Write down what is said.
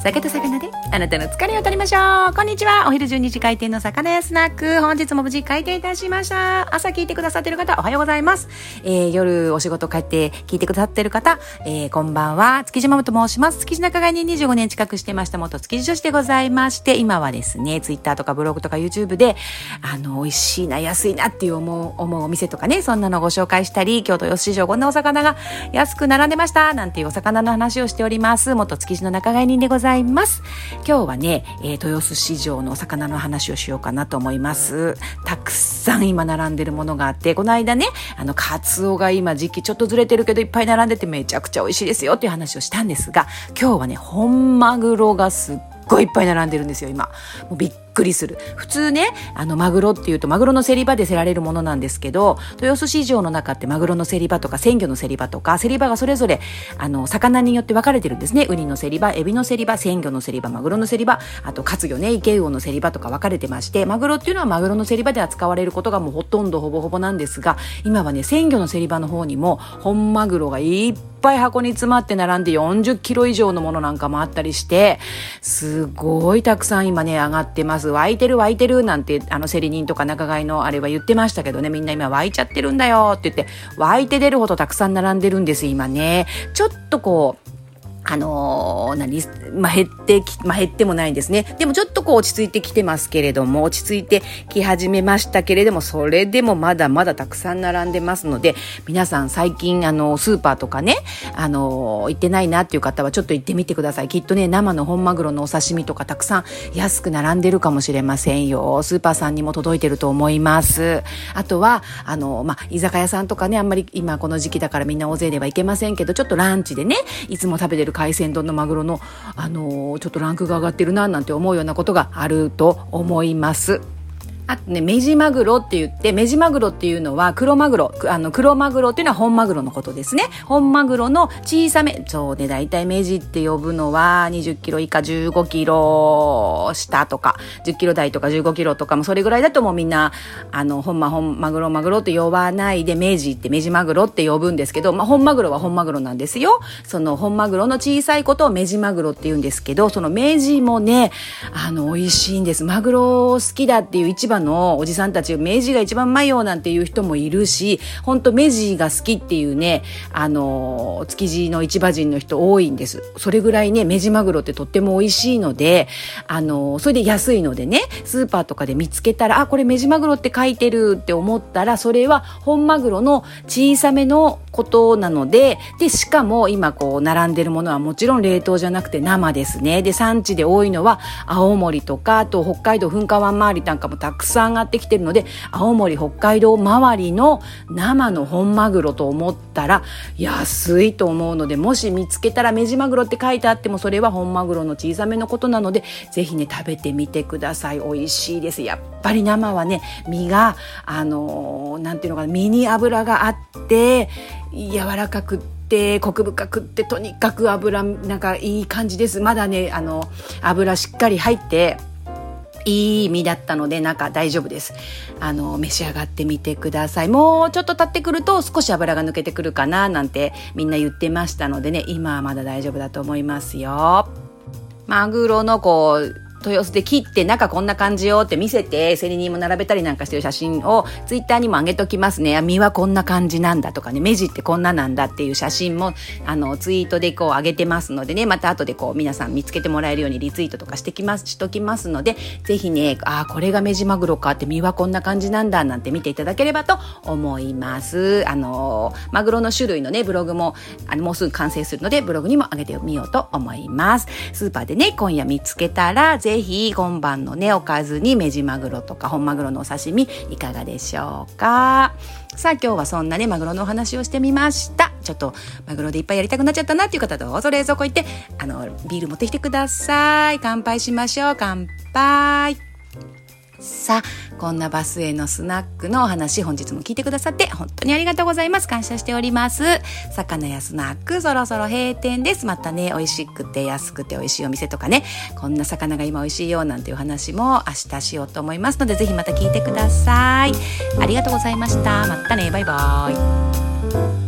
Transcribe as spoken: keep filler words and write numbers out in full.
酒と魚であなたの疲れを取りましょう。こんにちは。お昼じゅうにじ開店の魚屋スナック、本日も無事開店いたしました。朝聞いてくださっている方おはようございます。えー、夜お仕事帰って聞いてくださっている方、えー、こんばんは。築地ママと申します。築地仲買ににじゅうごねん近くしてました元築地女子でございまして、今はですねツイッターとかブログとか YouTube であの美味しいな安いなっていう思う思うお店とかね、そんなのをご紹介したり、京都よ市場こんなお魚が安く並んでましたなんていうお魚の話をしております。元築地の仲買人でございます。今日はね、えー、豊洲市場のお魚の話をしようかなと思います。たくさん今並んでるものがあって、この間ねあのカツオが今時期ちょっとずれてるけどいっぱい並んでてめちゃくちゃ美味しいですよっていう話をしたんですが、今日はね本マグロがすっごいいっぱい並んでるんですよ。今もうびっくりする。普通ねあのマグロっていうとマグロの競り場で競られるものなんですけど、豊洲市場の中ってマグロの競り場とか鮮魚の競り場とか競り場がそれぞれあの魚によって分かれてるんですね。ウニの競り場、エビの競り場、鮮魚の競り場、マグロの競り場、あと活魚ね池魚の競り場とか分かれてまして、マグロっていうのはマグロの競り場で扱われることがもうほとんどほぼほぼなんですが、今はね鮮魚の競り場の方にも本マグロがいっぱい箱に詰まって並んでよんじゅっキロ以上のものなんかもあったりして、すごいたくさん今ね上がってます。湧いてる湧いてるなんてあの競り人とか仲買のあれは言ってましたけどね、みんな今湧いちゃってるんだよって言って湧いて出るほどたくさん並んでるんです今ね。ちょっとこうあのー、何、まあ、減ってき、まあ、減ってもないんですね。でもちょっとこう落ち着いてきてますけれども、落ち着いてき始めましたけれども、それでもまだまだたくさん並んでますので、皆さん最近あのスーパーとかね、あのー、行ってないなっていう方はちょっと行ってみてください。きっとね生の本マグロのお刺身とかたくさん安く並んでるかもしれませんよ。スーパーさんにも届いてると思います。あとはあのー、まあ、居酒屋さんとかね、あんまり今この時期だからみんな大勢では行けませんけど、ちょっとランチでねいつも食べてる海鮮丼のマグロの、あのー、ちょっとランクが上がってるななんて思うようなことがあると思います。あとね、メジマグロって言って、メジマグロっていうのは黒マグロ、あの黒マグロっていうのは本マグロのことですね。本マグロの小さめ、そうね、だいたいメジって呼ぶのはにじゅっキロ以下じゅうごキロ下とか、じゅっキロ台とかじゅうごキロとかもそれぐらいだともうみんな、あの、本マ、本マグロマグロって呼ばないで、メジってメジマグロって呼ぶんですけど、まあ、本マグロは本マグロなんですよ。その本マグロの小さいことをメジマグロって言うんですけど、そのメジもね、あの、美味しいんです。マグロ好きだっていう一番のおじさんたち、メジが一番うまいよなんていう人もいるし、本当メジが好きっていうね、あの築地の市場人の人多いんです。それぐらいねメジマグロってとっても美味しいので、あのそれで安いのでね、スーパーとかで見つけたら、あこれメジマグロって書いてるって思ったら、それは本マグロの小さめのことなので、でしかも今こう並んでるものはもちろん冷凍じゃなくて生ですね。で産地で多いのは青森とか、あと北海道噴火湾周りなんかもたくさんあってきてるので、青森北海道周りの生の本マグロと思ったら安いと思うので、もし見つけたらメジマグロって書いてあってもそれは本マグロの小さめのことなので、ぜひね食べてみてください。美味しいです。やっぱり生はね身があのー、なんていうのかな、身に脂があって柔らかくってコク深くって、とにかく脂なんかいい感じです。まだねあの脂しっかり入っていい身だったので中大丈夫です。あの召し上がってみてください。もうちょっと経ってくると少し脂が抜けてくるかななんてみんな言ってましたのでね、今はまだ大丈夫だと思いますよ。マグロのこう豊洲で切って中こんな感じよって見せて、競り人も並べたりなんかしてる写真をツイッターにも上げときますね。身はこんな感じなんだとかね、メジってこんななんだっていう写真もあのツイートでこう上げてますのでね、また後でこう皆さん見つけてもらえるようにリツイートとかしてきますしときますので、ぜひね、あこれがメジマグロかって、身はこんな感じなんだなんて見ていただければと思います。あのマグロの種類のねブログもあのもうすぐ完成するので、ブログにも上げてみようと思います。スーパーでね今夜見つけたら、ぜひ今晩のねおかずにメジマグロとか本マグロのお刺身いかがでしょうか。さあ今日はそんなねマグロのお話をしてみました。ちょっとマグロでいっぱいやりたくなっちゃったなっていう方、どうぞ冷蔵庫行ってあのビール持ってきてください。乾杯しましょう。乾杯。さあこんなバスへのスナックのお話、本日も聞いてくださって本当にありがとうございます。感謝しております。魚屋スナックそろそろ閉店です。またね美味しくて安くて美味しいお店とかね、こんな魚が今美味しいよなんていう話も明日しようと思いますので、ぜひまた聞いてください。ありがとうございました。またね、バイバイ。